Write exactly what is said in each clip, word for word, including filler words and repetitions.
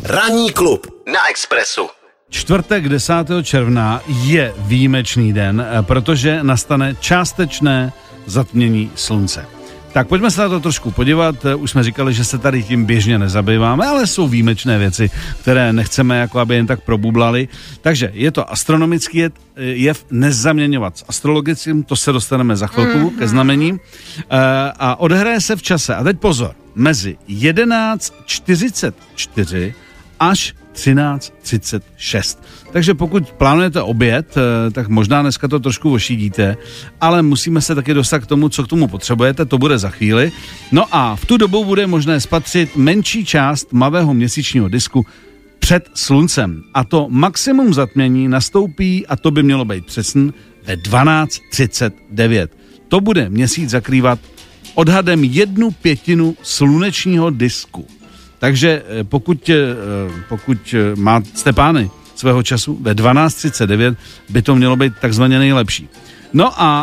Ranní klub na Expressu. Čtvrtek desátého června je výjimečný den, protože nastane částečné zatmění slunce. Tak pojďme se na to trošku podívat. Už jsme říkali, že se tady tím běžně nezabýváme, ale jsou výjimečné věci, které nechceme jako aby jen tak probublaly. Takže je to astronomický jev, nezaměňovat s astrologickým, to se dostaneme za chvilku mm-hmm. ke znamením. A odehraje se v čase, a teď pozor, mezi jedenáct čtyřicet čtyři až třináct třicet šest. Takže pokud plánujete oběd, tak možná dneska to trošku ošidíte, ale musíme se taky dostat k tomu, co k tomu potřebujete, to bude za chvíli. No a v tu dobu bude možné spatřit menší část tmavého měsíčního disku před sluncem. A to maximum zatmění nastoupí, a to by mělo být přesný, ve dvanáct třicet devět. To bude měsíc zakrývat odhadem jednu pětinu slunečního disku. Takže pokud, pokud máte pány svého času ve dvanáct třicet devět, by to mělo být takzvaně nejlepší. No a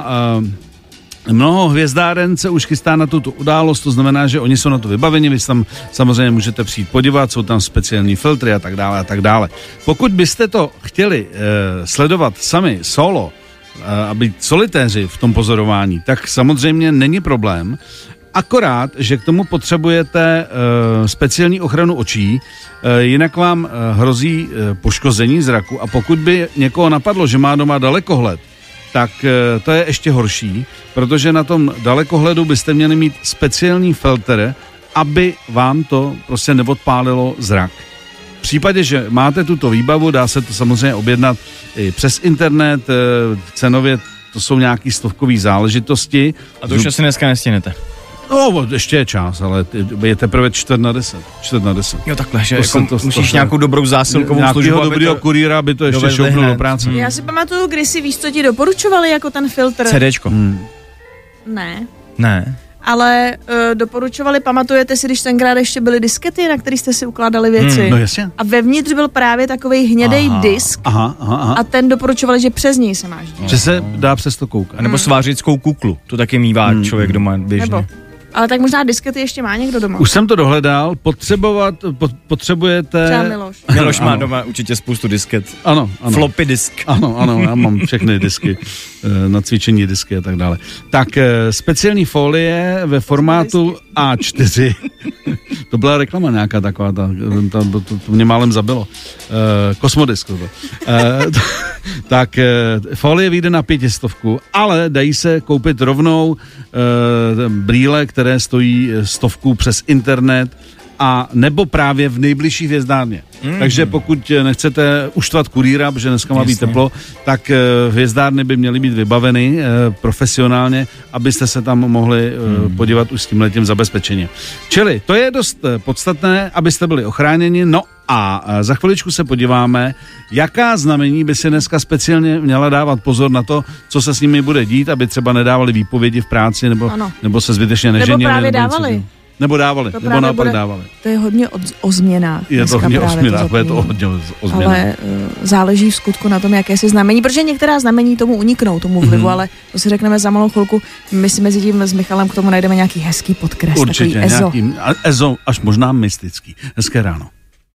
uh, mnoho hvězdáren se už chystá na tuto událost, to znamená, že oni jsou na to vybaveni, vy tam samozřejmě můžete přijít podívat, jsou tam speciální filtry a tak dále a tak dále. Pokud byste to chtěli uh, sledovat sami solo, uh, a být solitéři v tom pozorování, tak samozřejmě není problém. Akorát, že k tomu potřebujete uh, speciální ochranu očí, uh, jinak vám uh, hrozí uh, poškození zraku, a pokud by někoho napadlo, že má doma dalekohled, tak uh, to je ještě horší, protože na tom dalekohledu byste měli mít speciální filtr, aby vám to prostě neodpálilo zrak. V případě, že máte tuto výbavu, dá se to samozřejmě objednat i přes internet, uh, cenově to jsou nějaký stovkový záležitosti. A to už asi dneska nestihnete. No, ještě je čas, ale je teprve čtvrt na deset. Čtvrt na deset. Jo, takhle, že to jako to, musíš to, nějakou dobrou zásilkovou službu. Nějakého dobrýho to, kurýra, aby to ještě šoupnul do práce. Hmm. Já si pamatuju, když si víš, co ti doporučovali jako ten filtr. CDčko. Hmm. Ne. Ne. Ale uh, doporučovali, pamatujete si, když tenkrát ještě byly diskety, na který jste si ukládali věci. Hmm, no jasně. A vevnitř byl právě takovej hnědej aha, disk. Aha, aha, aha. A ten doporučovali, že přes něj se máš dívat. Že se dá přes to koukat. A nebo svářickou kuklu, to taky mívá hmm. člověk doma běžně. Nebo. Ale tak možná diskety ještě má někdo doma. Už jsem to dohledal, potřebovat, pot, potřebujete... Třeba Miloš. Miloš má doma určitě spoustu disket. Ano, ano. Floppy disk. Ano, ano, já mám všechny disky, na cvičení disky a tak dále. Tak speciální folie ve formátu á čtyři. To byla reklama nějaká taková, ta, ta, to, to, to mě málem zabilo. Kosmodisk to bylo. Tak folie vyjde na pětistovku, ale dají se koupit rovnou brýle, které stojí stovku přes internet, a nebo právě v nejbližší hvězdárně. Mm. Takže pokud nechcete uštvat kurýra, protože dneska má být teplo, tak hvězdárny by měly být vybaveny eh, profesionálně, abyste se tam mohli eh, mm. podívat už s tímhletím zabezpečeně. Čili to je dost podstatné, abyste byli ochráněni. No a za chviličku se podíváme, jaká znamení by si dneska speciálně měla dávat pozor na to, co se s nimi bude dít, aby třeba nedávali výpovědi v práci, nebo, nebo se zbytečně neženili. Nebo právě dávali. Nebo dávali, to nebo naopak bude, dávali. To je hodně o, o změnách. Je to hodně o změnách, to je to hodně o změnách. Ale uh, záleží v skutku na tom, jaké si znamení, protože některá znamení tomu uniknou, tomu vlivu, mm-hmm. ale to si řekneme za malou chvilku. My si mezi tím s Michalem k tomu najdeme nějaký hezký podkres. Určitě, takový ezo. Nějaký ezo, až možná mystický. Hezké ráno.